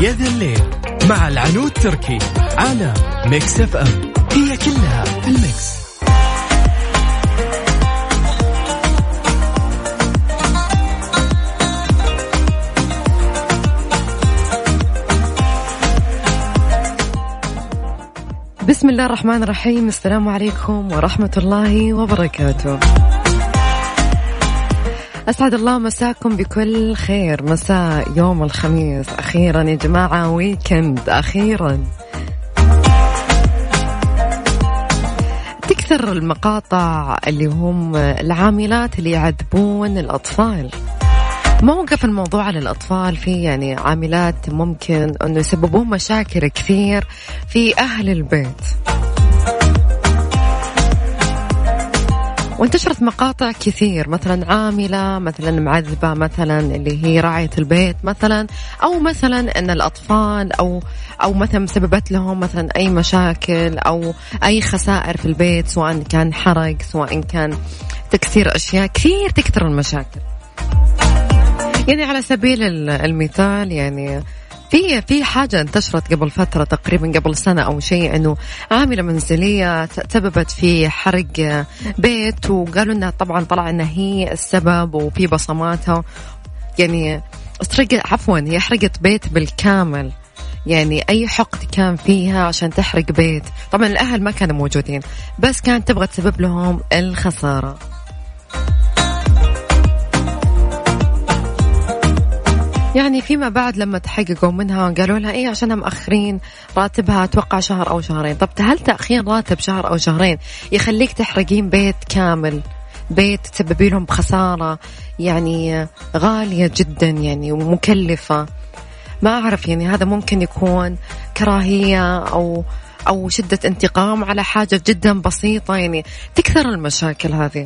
يا ذا الليل مع العنود تركي على ميكس اف ام، هي كلها في الميكس. بسم الله الرحمن الرحيم. السلام عليكم ورحمة الله وبركاته. أسعد الله مساكم بكل خير. مساء يوم الخميس، أخيرا يا جماعة ويكند أخيرا. تكثر المقاطع اللي هم العاملات اللي يعذبون الأطفال. موقف الموضوع على الأطفال فيه يعني عاملات ممكن أنه يسببون مشاكل كثير في أهل البيت. وانتشرت مقاطع كثير، مثلا عاملة مثلا معذبة، مثلا اللي هي راعية البيت مثلا، أو مثلا أن الأطفال أو مثلا مسببت لهم مثلا أي مشاكل أو أي خسائر في البيت، سواء كان حرق سواء كان تكسير أشياء كثير، تكثر المشاكل. يعني على سبيل المثال يعني في حاجة انتشرت قبل فترة تقريبا قبل سنة أو شيء، إنه عاملة منزلية تسببت في حرق بيت، وقالوا إنها طبعا طلع إنها هي السبب وفي بصماتها. يعني هي حرقت بيت بالكامل، يعني أي حقد كان فيها عشان تحرق بيت. طبعا الأهل ما كانوا موجودين، بس كانت تبغى تسبب لهم الخسارة. يعني فيما بعد لما تحققوا منها قالوا لها إيه عشانها مأخرين راتبها أتوقع شهر أو شهرين. طب هل تأخير راتب شهر أو شهرين يخليك تحرقين بيت كامل، بيت تسببي لهم بخسارة يعني غالية جدا يعني ومكلفة؟ ما أعرف، يعني هذا ممكن يكون كراهية أو شدة انتقام على حاجة جدا بسيطة. يعني تكثر المشاكل هذه.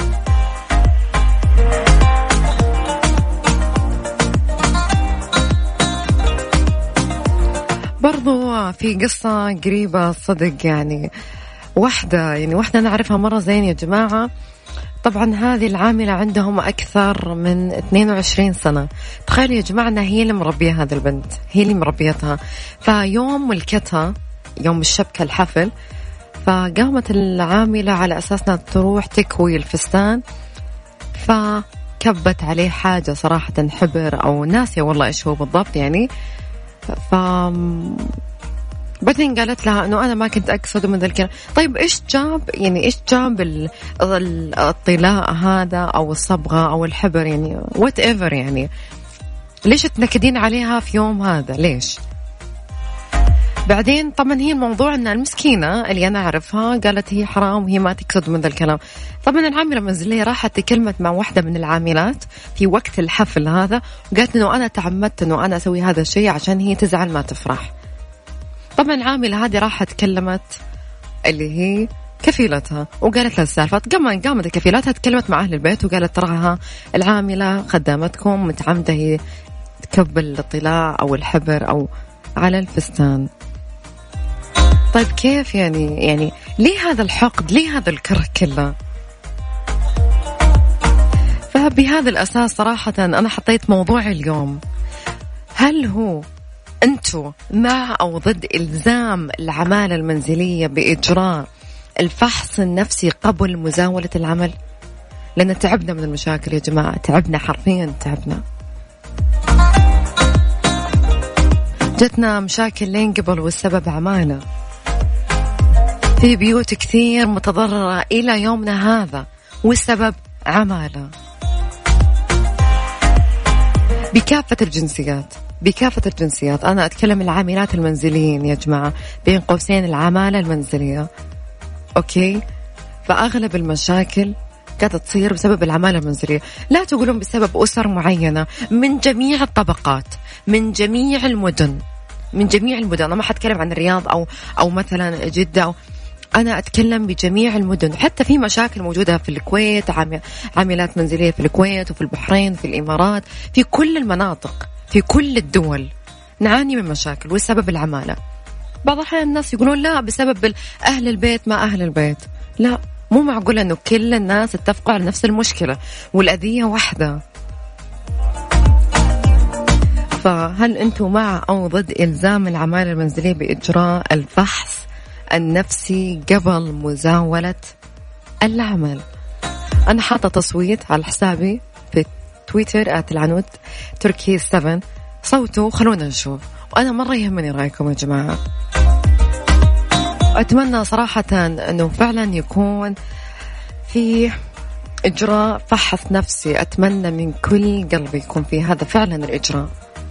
برضو في قصة قريبة صدق، يعني واحدة نعرفها مرة زين يا جماعة. طبعا هذه العاملة عندهم أكثر من 22 سنة. تخيلوا يا جماعة أنها هي اللي مربية هذه البنت، هي اللي مربيتها. فيوم ملكتها، يوم الشبكة الحفل، فقامت العاملة على أساسنا تروح تكوي الفستان، فكبت عليه حاجة صراحة حبر أو ناسية والله إيش هو بالضبط يعني. بعدين قالت لها انه انا ما كنت اقصد من ذا الكلام. طيب ايش جاب الطلاء هذا او الصبغه او الحبر يعني وات ايفر، يعني ليش تنكدين عليها في يوم هذا؟ ليش؟ بعدين طبعا هي الموضوع ان المسكينه اللي انا اعرفها قالت هي حرام وهي ما تقصد من ذا الكلام. طبعا العامله المنزليه راحت تكلمت مع واحده من العاملات في وقت الحفل هذا، وقالت انه انا تعمدت انه انا اسوي هذا الشيء عشان هي تزعل ما تفرح. طبعا العامله هذه راحت كلمت اللي هي كفيلتها وقالت لها السالفه. قامت كفيلتها تكلمت مع اهل البيت وقالت تراها العامله خدامتكم متعمده هي تكب الطلاء او الحبر او على الفستان. طيب كيف يعني ليه هذا الحقد؟ ليه هذا الكره كله؟ فبهذا الأساس صراحة أنا حطيت موضوع اليوم، هل هو أنتوا مع أو ضد إلزام العمالة المنزلية بإجراء الفحص النفسي قبل مزاولة العمل؟ لأن تعبنا من المشاكل يا جماعة، تعبنا حرفيا تعبنا. جتنا مشاكل لين قبل والسبب عمالة. في بيوت كثير متضررة إلى يومنا هذا والسبب عمالة بكافة الجنسيات. أنا أتكلم العاملات المنزليين يا جماعة، بين قوسين العمالة المنزلية، أوكي؟ فأغلب المشاكل قاعدة تصير بسبب العمالة المنزلية. لا تقولون بسبب أسر معينة، من جميع الطبقات، من جميع المدن. أنا ما حتكلم عن الرياض أو مثلا جدة أنا أتكلم بجميع المدن. حتى في مشاكل موجودة في الكويت، عاملات منزلية في الكويت وفي البحرين في الإمارات، في كل المناطق في كل الدول نعاني من مشاكل والسبب العمالة. بعض الأحيان الناس يقولون لا بسبب أهل البيت. ما أهل البيت، لا، مو معقول أنه كل الناس اتفقوا على نفس المشكلة والأذية واحدة. فهل أنتم مع أو ضد إلزام العمالة المنزلية بإجراء الفحص النفسي قبل مزاولة العمل؟ أنا حاطة تصويت على حسابي في تويتر @العنود تركي 7. صوتوا خلونا نشوف، وأنا مرة يهمني رأيكم يا جماعة. أتمنى صراحة أنه فعلا يكون في إجراء فحص نفسي، أتمنى من كل قلبي يكون في هذا فعلا الإجراء.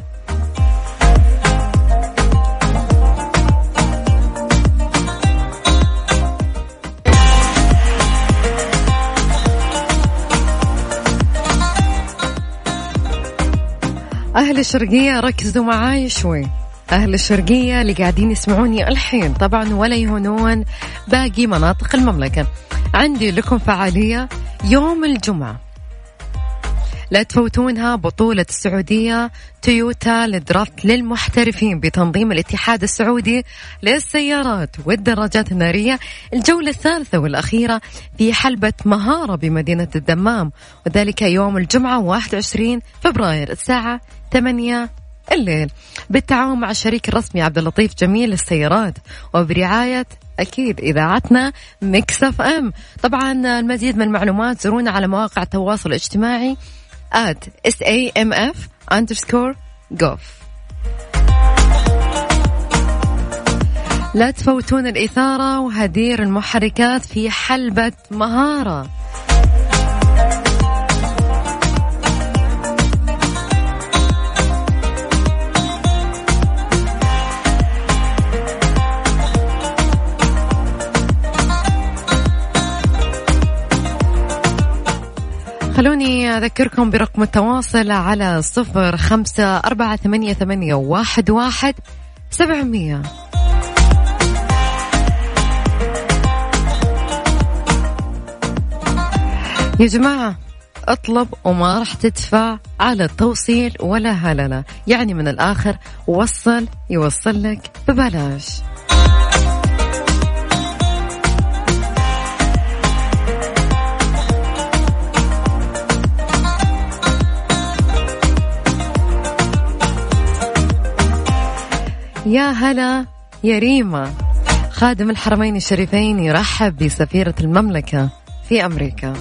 أهل الشرقية ركزوا معاي شوي، أهل الشرقية اللي قاعدين يسمعوني الحين طبعا ولا يهونون باقي مناطق المملكة. عندي لكم فعالية يوم الجمعة لا تفوتونها، بطولة السعودية تويوتا للدرافت للمحترفين بتنظيم الاتحاد السعودي للسيارات والدراجات النارية، الجولة الثالثة والأخيرة في حلبة مهارة بمدينة الدمام، وذلك يوم الجمعة 21 فبراير الساعة 8 الليل، بالتعاون مع الشريك الرسمي عبد اللطيف جميل للسيارات وبرعاية أكيد إذاعتنا ميكس اف ام. طبعا المزيد من المعلومات زورونا على مواقع التواصل الاجتماعي @samf_golf. لا تفوتون الإثارة وهدير المحركات في حلبة مهارة. خلوني أذكركم برقم التواصل على 0548811700. يا جماعة اطلب وما راح تدفع على التوصيل ولا هللة، يعني من الآخر وصل يوصل لك ببلاش. يا هلا يا ريما، خادم الحرمين الشريفين يرحب بسفيرة المملكة في أمريكا.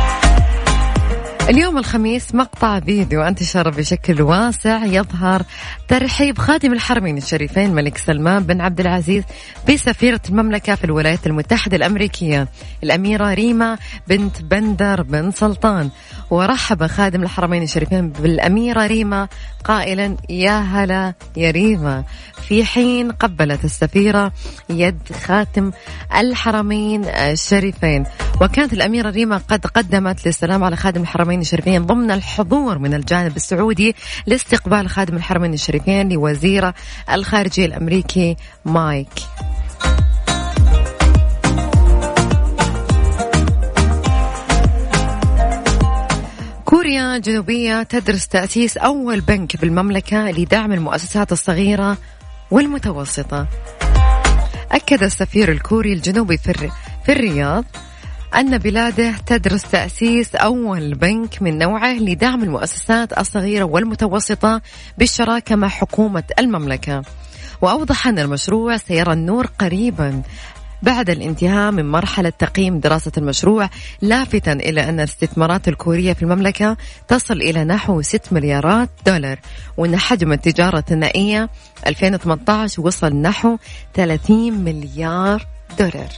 اليوم الخميس مقطع فيديو انتشر بشكل واسع يظهر ترحيب خادم الحرمين الشريفين الملك سلمان بن عبد العزيز بسفيرة المملكة في الولايات المتحدة الأمريكية الأميرة ريما بنت بندر بن سلطان. ورحب خادم الحرمين الشريفين بالأميرة ريما قائلا يا هلا يا ريما، في حين قبلت السفيرة يد خاتم الحرمين الشريفين. وكانت الأميرة ريما قد قدمت للسلام على خادم الحرمين الشريفين ضمن الحضور من الجانب السعودي لاستقبال خادم الحرمين الشريفين لوزير الخارجية الأمريكي مايك. كوريا الجنوبية تدرس تأسيس أول بنك بالمملكة لدعم المؤسسات الصغيرة والمتوسطة. أكد السفير الكوري الجنوبي في الرياض أن بلاده تدرس تأسيس أول بنك من نوعه لدعم المؤسسات الصغيرة والمتوسطة بالشراكة مع حكومة المملكة. وأوضح أن المشروع سيرى النور قريبا بعد الانتهاء من مرحلة تقييم دراسة المشروع، لافتاً إلى أن الاستثمارات الكورية في المملكة تصل إلى نحو 6 مليارات دولار، وأن حجم التجارة الثنائية 2018 وصل نحو 30 مليار دولار.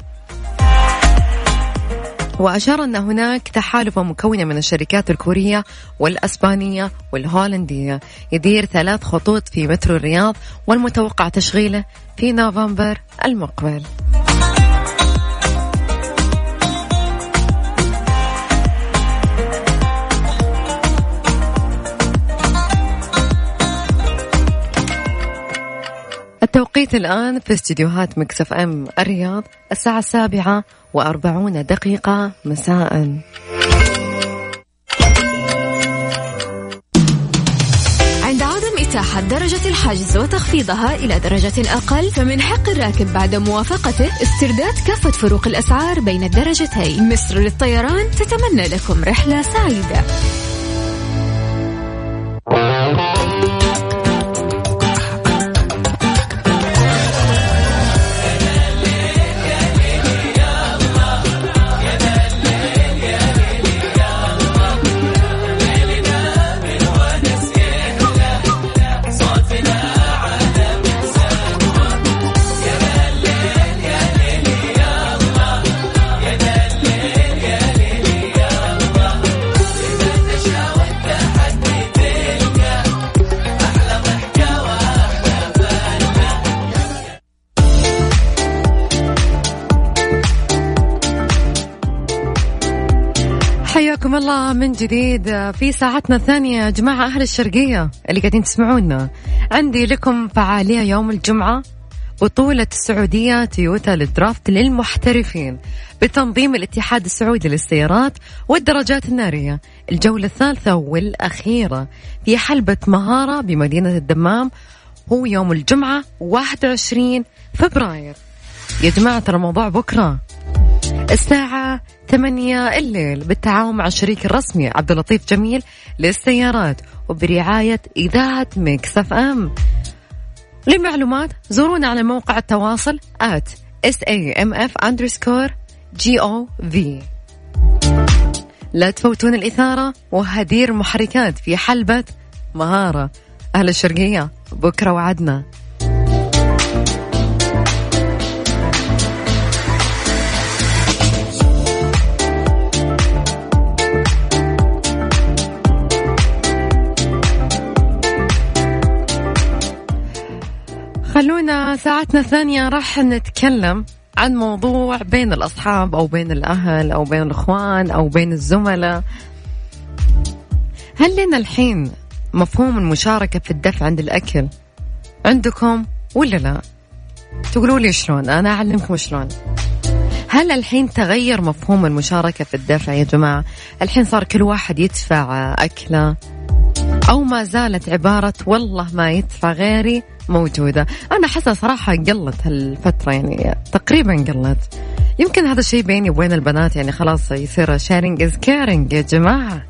وأشار أن هناك تحالف مكونة من الشركات الكورية والأسبانية والهولندية يدير 3 خطوط في مترو الرياض، والمتوقع تشغيله في نوفمبر المقبل. التوقيت الآن في استديوهات ميكس اف ام الرياض الساعة 7:40 مساء. عند عدم إتاحة درجة الحجز وتخفيضها إلى درجة أقل، فمن حق الراكب بعد موافقته استرداد كافة فروق الأسعار بين الدرجتين. مصر للطيران تتمنى لكم رحلة سعيدة. الله من جديد في ساعتنا الثانية يا جماعة أهل الشرقية اللي قاعدين تسمعونا. عندي لكم فعالية يوم الجمعة، بطولة السعودية تويوتا للدرافت للمحترفين بتنظيم الاتحاد السعودي للسيارات والدراجات النارية، الجولة الثالثة والأخيرة في حلبة مهارة بمدينة الدمام، هو يوم الجمعة 21 فبراير. يا جماعة ترى الموضوع بكرة الساعة 8 الليل بالتعاون مع الشريك الرسمي عبد اللطيف جميل للسيارات وبرعاية إذاعة ميكس اف ام. للمعلومات زورونا على موقع التواصل @samf_gov. لا تفوتون الإثارة وهدير المحركات في حلبة مهارة. أهل الشرقية بكرة وعدنا. خلونا ساعتنا الثانية راح نتكلم عن موضوع بين الأصحاب أو بين الأهل أو بين الأخوان أو بين الزملاء. هل لنا الحين مفهوم المشاركة في الدفع عند الأكل عندكم ولا لا؟ تقولوا لي شلون، أنا أعلمكم شلون. هل الحين تغير مفهوم المشاركة في الدفع يا جماعة؟ الحين صار كل واحد يدفع أكله، أو ما زالت عبارة والله ما يدفع غيري موجودة؟ أنا حاسة صراحة قلت هالفترة، يعني تقريبا قلت. يمكن هذا الشيء بيني وبين البنات، يعني خلاص يصير sharing is caring يا جماعة.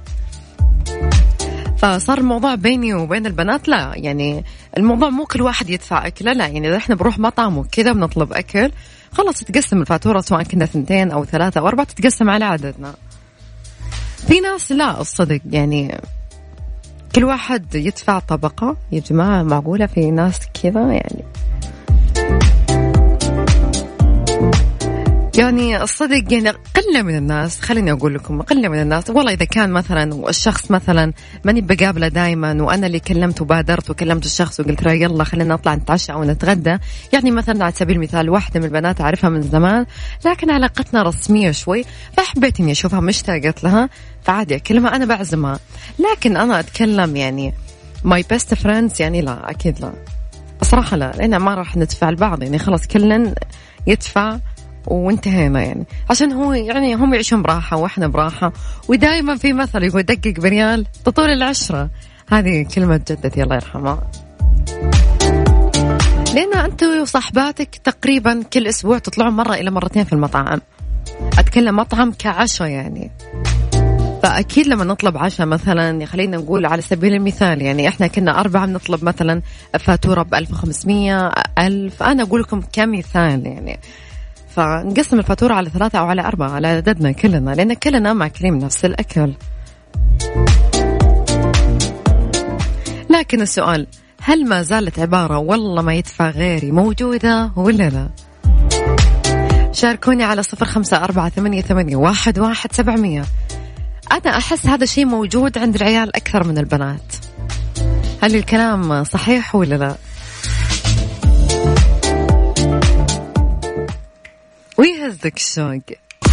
فصار الموضوع بيني وبين البنات لا، يعني الموضوع مو كل واحد يدفع أكله، لا، يعني إذا إحنا بنروح مطعم وكذا بنطلب أكل خلاص تتقسم الفاتورة، سواء كنا 2 أو 3 أو 4 تتقسم على عددنا. في ناس لا الصدق يعني كل واحد يدفع طبقة. يا جماعة معقولة في ناس كذا؟ يعني الصدق يعني قلة من الناس، خليني أقول لكم قلة من الناس. والله إذا كان مثلا والشخص مثلا ماني بقابله دايما وأنا اللي كلمت وبادرت وكلمت الشخص وقلت له يلا خلينا نطلع نتعشى أو نتغدى، يعني مثلا على سبيل المثال واحدة من البنات أعرفها من زمان لكن علاقتنا رسمية شوي، فحبيت إني أشوفها مشتاقت لها فعادي أكلمها، أنا بعزمها. لكن أنا أتكلم يعني my best friends يعني لا، أكيد لا بصراحة لا، لأن ما راح ندفع لبعض، يعني خلاص كلن يدفع وانتهينا، يعني عشان هو يعني هم يعيشون براحة وإحنا براحة. ودائما في مثل يقول دقق بريال تطول العشرة، هذه كلمة جدتي الله يرحمها. لأن أنت وصاحباتك تقريبا كل أسبوع تطلعون مرة إلى مرتين في المطعم، أتكلم مطعم كعشاء يعني. فأكيد لما نطلب عشاء مثلا خلينا نقول على سبيل المثال يعني إحنا كنا 4 نطلب مثلا فاتورة ب1500 1000، أنا أقول لكم كمثال يعني، فنقسم الفاتورة على 3 أو على 4 على عددنا كلنا، لأن كلنا ماكلين نفس الأكل. لكن السؤال هل ما زالت عبارة والله ما يدفع غيري موجودة ولا لا؟ شاركوني على 0548811700. أنا أحس هذا الشيء موجود عند العيال أكثر من البنات. هل الكلام صحيح ولا لا؟ ويهزك الشوق.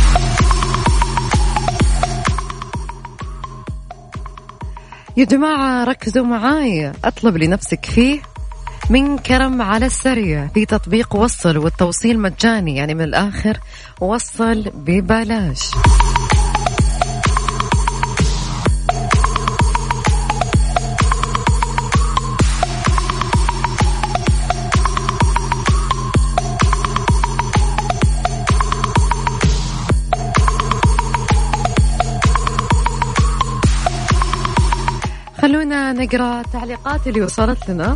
يا جماعة ركزوا معاي، أطلب لنفسك فيه من كرم على السريع في تطبيق وصل، والتوصيل مجاني، يعني من الآخر وصل ببلاش. خلونا نقرأ التعليقات اللي وصلت لنا.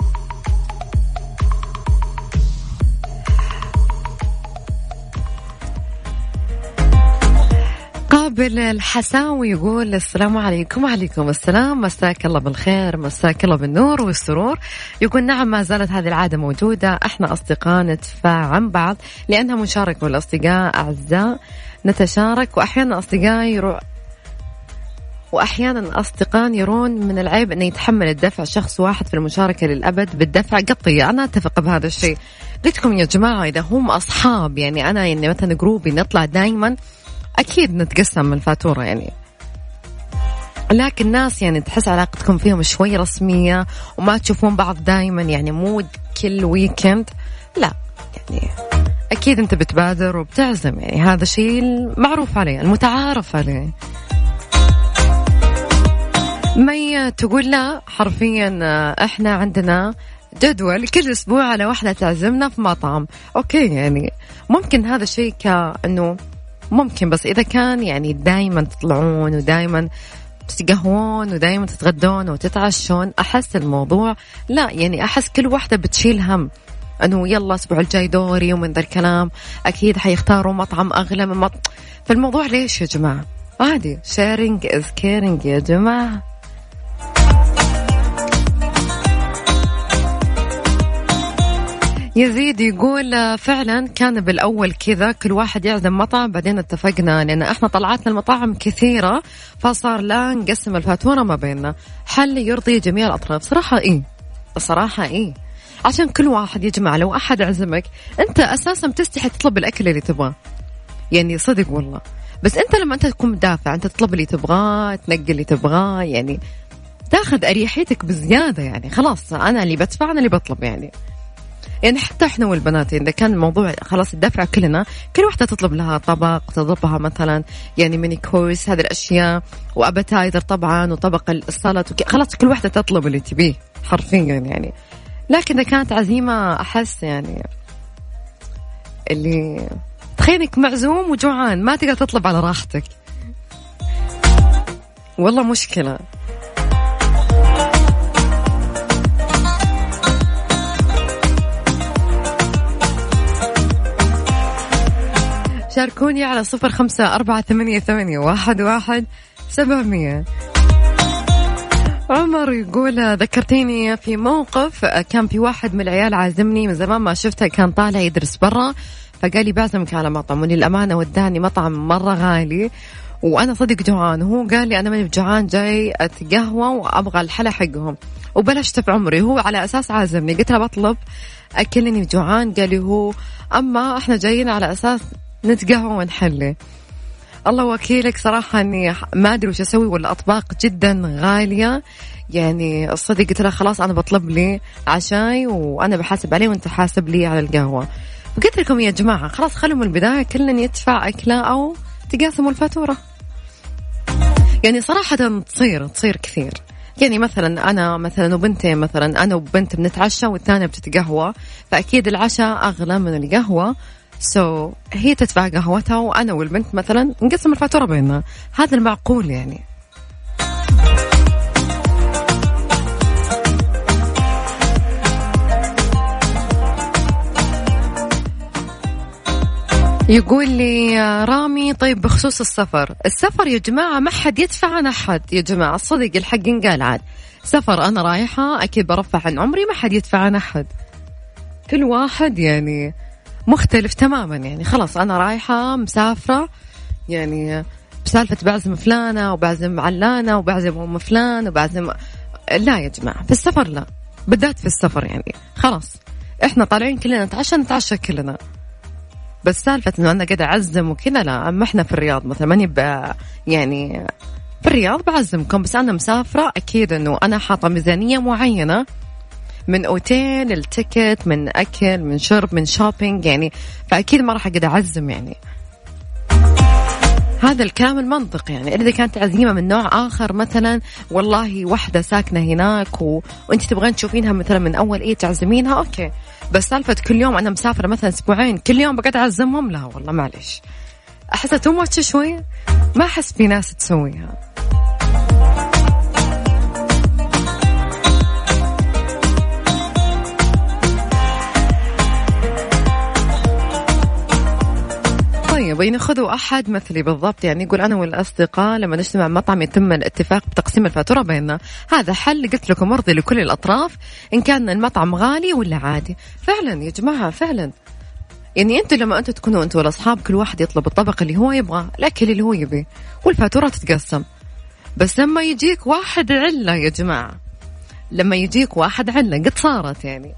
قابل الحساوي يقول السلام عليكم. وعليكم السلام، مساك الله بالخير، مساك الله بالنور والسرور. يقول نعم ما زالت هذه العادة موجودة، احنا أصدقاء ندفع عن بعض لأنها مشاركة، والأصدقاء أعزاء نتشارك، وأحيانا أصدقاء يرون من العيب أن يتحمل الدفع شخص واحد في المشاركة للأبد بالدفع قطية. أنا أتفق بهذا الشيء. قلت لكم يا جماعة إذا هم أصحاب، يعني أنا يعني مثلا جروبي نطلع دايما أكيد نتقسم الفاتورة يعني، لكن الناس يعني تحس علاقتكم فيهم شوي رسمية وما تشوفون بعض دايما، يعني مو كل ويكند، لا يعني أكيد أنت بتبادر وبتعزم، يعني هذا شيء المعروف عليه المتعارف عليه. مي تقول لا حرفيا احنا عندنا جدول كل أسبوع على واحدة تعزمنا في مطعم. أوكي يعني ممكن هذا الشيء كأنه ممكن، بس إذا كان يعني دايما تطلعون ودايما تتقهوون ودايما تتغدون وتتعشون، أحس الموضوع لا، يعني أحس كل واحدة بتشيل هم أنه يلا أسبوع الجاي دوري ومن ذا الكلام، أكيد حيختاروا مطعم أغلى من فالموضوع ليش يا جماعة؟ عادي sharing is caring يا جماعة. يزيد يقول فعلا كان بالأول كذا كل واحد يعزم مطعم، بعدين اتفقنا لأن احنا طلعتنا المطاعم كثيرة فصار لا نقسم الفاتورة ما بيننا، حل يرضي جميع الأطراف. صراحة إيه، الصراحة إيه، عشان كل واحد يجمع. لو أحد عزمك أنت أساسا تستحي تطلب الأكل اللي تبغاه، يعني صدق والله، بس أنت لما أنت تكون مدافع أنت تطلب اللي تبغاه، تنقل اللي تبغاه، يعني تاخذ أريحيتك بزيادة، يعني خلاص أنا اللي بدفع أنا اللي بطلب. يعني حتى إحنا والبنات إذا كان الموضوع خلاص الدفع كلنا، كل واحدة تطلب لها طبق، تطلبها مثلا يعني ميني كورس هذه الأشياء، وأبتايزر طبعا، وطبق السلطة، خلاص كل واحدة تطلب اللي تبيه حرفيا يعني. لكن إذا كانت عزيمة أحس يعني اللي تخيلك معزوم وجوعان ما تقدر تطلب على راحتك، والله مشكلة. شاركوني على 0548811700. عمر يقول ذكرتيني في موقف، كان في واحد من العيال عازمني من زمان ما شفته، كان طالع يدرس برا، فقال لي بعزمك على مطعم، وللأمانة وداني مطعم مرة غالي وأنا صدق جوعان، وهو قال لي أنا ماني بجوعان جاي أتقهوى وأبغى الحلا حقهم، وبلشت في عمري، هو على أساس عازمني، قلت له بطلب أكلني جوعان، قال لي هو أما إحنا جايين على أساس نتقهوى ونحلي. الله وكيلك صراحة أني ما أدري وش أسوي، ولا أطباق جدا غالية، يعني الصدق قلت له خلاص أنا بطلب لي عشاي وأنا بحاسب عليه وأنت حاسب لي على القهوة. وقلت لكم يا جماعة خلاص خلوا من البداية كلنا يدفع أكله أو تقاسموا الفاتورة. يعني صراحة تصير كثير، يعني مثلا أنا مثلا وبنتي، مثلا أنا وبنت بنتعشى والثانية بتتقهوى، فأكيد العشاء أغلى من القهوة، هي تدفع قهوتها وأنا والبنت مثلا نقسم الفاتورة بيننا، هذا المعقول يعني. يقول لي رامي طيب بخصوص السفر يا جماعة ما حد يدفع عن أحد يا جماعة، الصدق الحق ينقال، عاد سفر أنا رايحة أكيد برفع عن عمري، ما حد يدفع عن أحد، كل واحد يعني مختلف تماما، يعني خلاص أنا رايحة مسافرة، يعني بسالفة بعزم فلانة وبعزم علانة وبعزم أم فلان وبعزم، لا يا جماعة في السفر لا، بالذات في السفر يعني خلاص إحنا طالعين كلنا نتعشى كلنا، بس سالفة إنه أنا قاعدة أعزم وكذا لا. أما إحنا في الرياض مثلا ماني يعني في الرياض بعزمكم، بس أنا مسافرة أكيد إنه أنا حاطة ميزانية معينة، من أوتيل التيكت، من أكل، من شرب، من شوبينج، يعني فأكيد ما راح أقدر أعزم يعني. هذا الكلام المنطق يعني. إذا كانت عزيمة من نوع آخر مثلا والله واحدة ساكنة هناك وأنت تبغين تشوفينها مثلا من أول تعزمينها أوكي، بس سالفة كل يوم أنا مسافرة مثلا أسبوعين كل يوم بقعد أعزمهم، لا والله معليش، أحسها تو ماتش شوي، ما أحس في ناس تسويها. طيب ينخذوا أحد مثلي بالضبط، يعني يقول أنا والأصدقاء لما نجتمع مطعم يتم الاتفاق بتقسيم الفاتورة بيننا، هذا حل قلت لكم مرضي لكل الأطراف إن كان المطعم غالي ولا عادي. فعلا يا جماعة فعلا، يعني أنتوا لما أنتوا تكونوا أنتوا والأصحاب كل واحد يطلب الطبق اللي هو يبغى، الأكل اللي هو يبي، والفاتورة تتقسم. بس لما يجيك واحد علة يا جماعة، لما يجيك واحد علة قد صارت يعني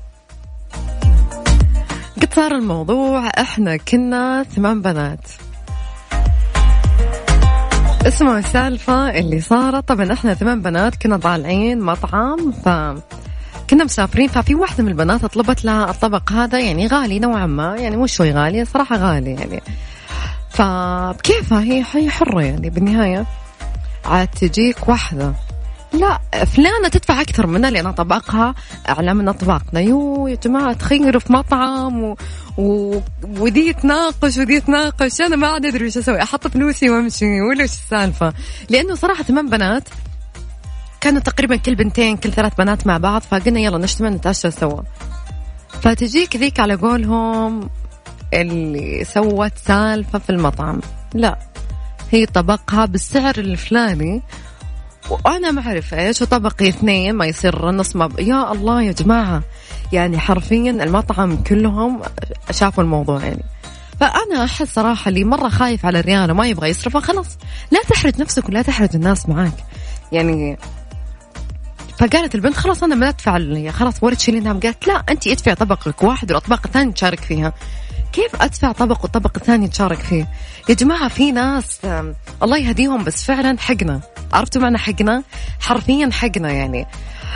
قد صار الموضوع، احنا كنا 8 بنات، اسمه السالفة اللي صارت. طبعا احنا 8 بنات كنا طالعين مطعم، كنا مسافرين، ففي واحدة من البنات طلبت لها الطبق هذا، يعني غالي نوعا ما، يعني مو شوي غالي صراحة، غالي يعني، فبكيفها هي حرة يعني. بالنهاية عاد تجيك واحدة لا فلانة تدفع أكثر منها لأن طبقها أعلى من أطباقنا. يا جماعة تخيلوا في مطعم ودي تناقش ودي تناقش، أنا ما عاد أدري وش أسوي، أحط فلوسي وأمشي ولا وش السالفة؟ لأنه صراحة 8 بنات كانوا تقريبا كل بنتين كل 3 بنات مع بعض، فقلنا يلا نجتمع نتعشى سوا. فتجيك ذيك على قولهم اللي سوت سالفة في المطعم، لا هي طبقها بالسعر الفلاني وأنا ما أعرف إيش، وطبقي 2 ما يصير نص يا الله يا جماعة، يعني حرفيا المطعم كلهم شافوا الموضوع يعني. فأنا أحس صراحة اللي مرة خايف على الريال وما يبغى يصرفه خلاص لا تحرج نفسك ولا تحرج الناس معاك يعني. فقالت البنت خلاص أنا ما أدفع، خلاص ورد شيلينها. قالت لا أنت ادفع طبقك واحد والأطباق الثانية تشارك فيها. كيف أدفع طبق والطبق الثاني تشارك فيه؟ يا جماعة في ناس الله يهديهم بس فعلا حقنا، عرفتوا معنى حقنا؟ حرفيا حقنا يعني.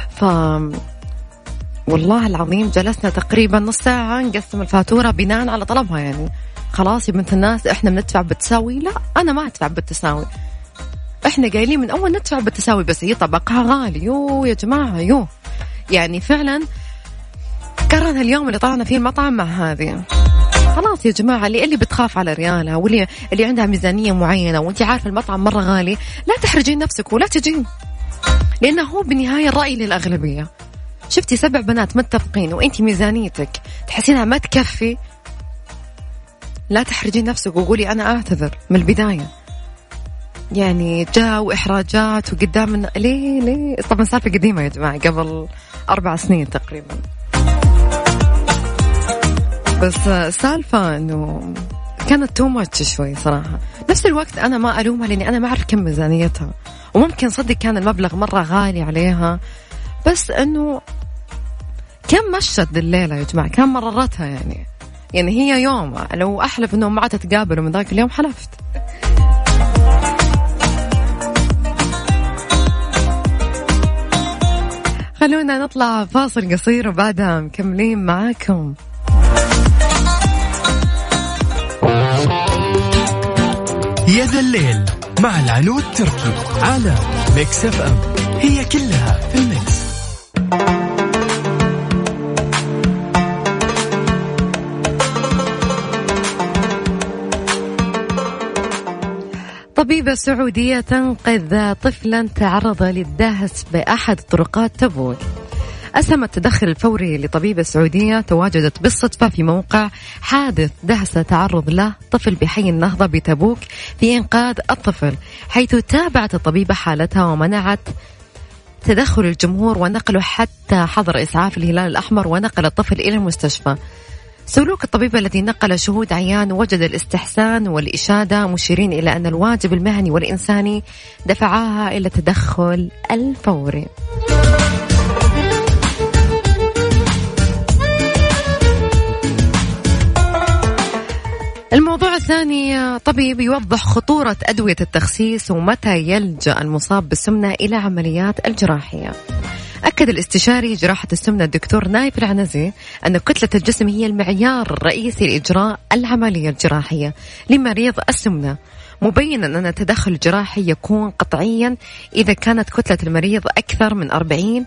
والله العظيم جلسنا تقريبا نص ساعة نقسم الفاتورة بناء على طلبها يعني. خلاص يا بنت الناس احنا بندفع بالتساوي، لا أنا ما أدفع بالتساوي، احنا قايلين من أول ندفع بالتساوي، بس هي طبقها غالي. يا جماعة يعني فعلا كرهنا اليوم اللي طلعنا فيه المطعم مع هذه. خلاص يا جماعة اللي بتخاف على ريالها واللي عندها ميزانية معينة وانت عارفة المطعم مرة غالي، لا تحرجين نفسك ولا تجين، لأنه هو بالنهاية الرأي للأغلبية. شفتي 7 بنات متفقين وانت ميزانيتك تحسينها ما تكفي، لا تحرجين نفسك وقولي أنا أعتذر من البداية. يعني جاء إحراجات وقدامنا ليه طبعا سالفة قديمة يا جماعة قبل 4 سنين تقريبا، بس سالفة إنه كانت تو ماتش شوي صراحة. نفس الوقت أنا ما ألومها لأني أنا ما أعرف كم ميزانيتها، وممكن صدق كان المبلغ مرة غالي عليها، بس إنه كم مشت الليلة يا جماعة، كم مررتها يعني هي يوم لو أحلف إنه ما عاد تتقابلوا من ذاك اليوم حلفت. خلونا نطلع فاصل قصير وبعدها مكملين معاكم. يا ذا الليل مع العنود تركي على ميكس اف ام، هي كلها في الميكس. طبيبة سعودية تنقذ طفلا تعرض للدهس بأحد طرقات تبوك. أسهم التدخل الفوري لطبيبة سعودية تواجدت بالصدفة في موقع حادث دهس تعرض له طفل بحي النهضة بتبوك في إنقاذ الطفل، حيث تابعت الطبيبة حالتها ومنعت تدخل الجمهور ونقله حتى حضر إسعاف الهلال الأحمر ونقل الطفل إلى المستشفى. سلوك الطبيب الذي نقل شهود عيان وجد الاستحسان والإشادة، مشيرين إلى أن الواجب المهني والإنساني دفعها إلى التدخل الفوري. الموضوع الثاني، طبيب يوضح خطورة أدوية التخسيس ومتى يلجأ المصاب بالسمنة إلى عمليات الجراحية. أكد الاستشاري جراحة السمنة الدكتور نايف العنزي أن كتلة الجسم هي المعيار الرئيسي لإجراء العملية الجراحية لمريض السمنة، مبينا أن التدخل الجراحي يكون قطعيا إذا كانت كتلة المريض أكثر من 40.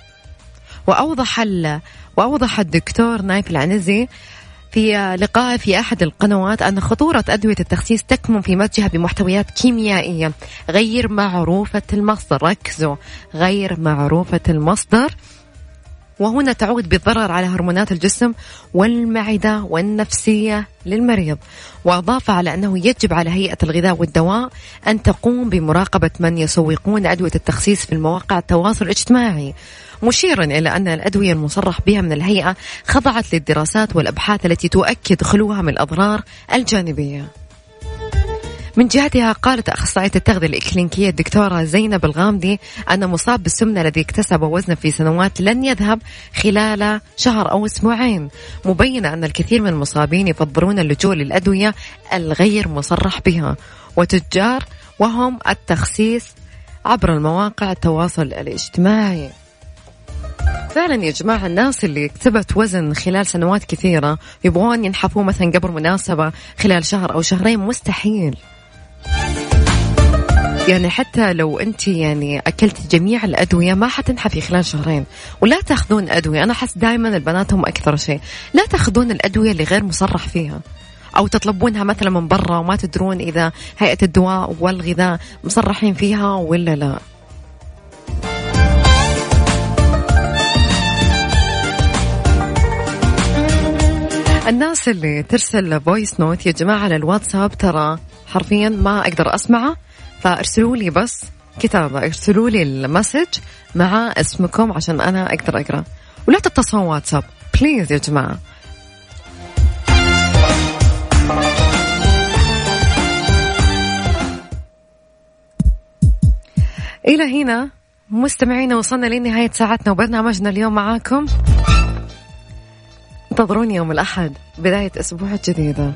وأوضح الدكتور نايف العنزي في لقاء في أحد القنوات أن خطورة أدوية التخسيس تكمن في مزجها بمحتويات كيميائية غير معروفة المصدر. ركزوا، غير معروفة المصدر، وهنا تعود بالضرر على هرمونات الجسم والمعدة والنفسية للمريض. وأضاف على أنه يجب على هيئة الغذاء والدواء أن تقوم بمراقبة من يسوقون أدوية التخسيس في المواقع التواصل الاجتماعي، مشيرا إلى أن الأدوية المصرح بها من الهيئة خضعت للدراسات والأبحاث التي تؤكد خلوها من الأضرار الجانبية. من جهتها قالت أخصائية التغذية الإكلينيكية الدكتورة زينب الغامدي أن مصاب بالسمنة الذي اكتسب وزنه في سنوات لن يذهب خلال شهر أو أسبوعين، مبينة أن الكثير من المصابين يفضلون اللجوء للأدوية الغير مصرح بها، وهم التخسيس عبر المواقع التواصل الاجتماعي. فعلا يا جماعة الناس اللي كتبت وزن خلال سنوات كثيرة يبغون ينحفوا مثلا قبل مناسبة خلال شهر أو شهرين، مستحيل. يعني حتى لو أنت يعني أكلت جميع الأدوية ما حتنحفي خلال شهرين. ولا تأخذون أدوية، أنا حس دائما البنات هم أكثر شيء، لا تأخذون الأدوية اللي غير مصرح فيها أو تطلبونها مثلا من برا وما تدرون إذا هيئة الدواء والغذاء مصرحين فيها ولا لا. الناس اللي ترسل فويس نوت يا جماعة على الواتساب ترى حرفيا ما أقدر أسمعه، فارسلوا لي بس كتابة، ارسلوا لي المسج مع اسمكم عشان أنا أقدر أقرأ، ولا تتصلوا واتساب بليز يا جماعة. إلى هنا مستمعينا وصلنا لنهاية ساعتنا وبرنامجنا اليوم معاكم. انتظروني يوم الأحد بداية أسبوع جديدة.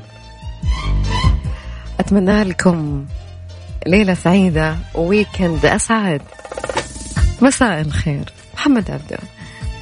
أتمنى لكم ليلة سعيدة وويكند أسعد. مساء الخير. محمد عبده.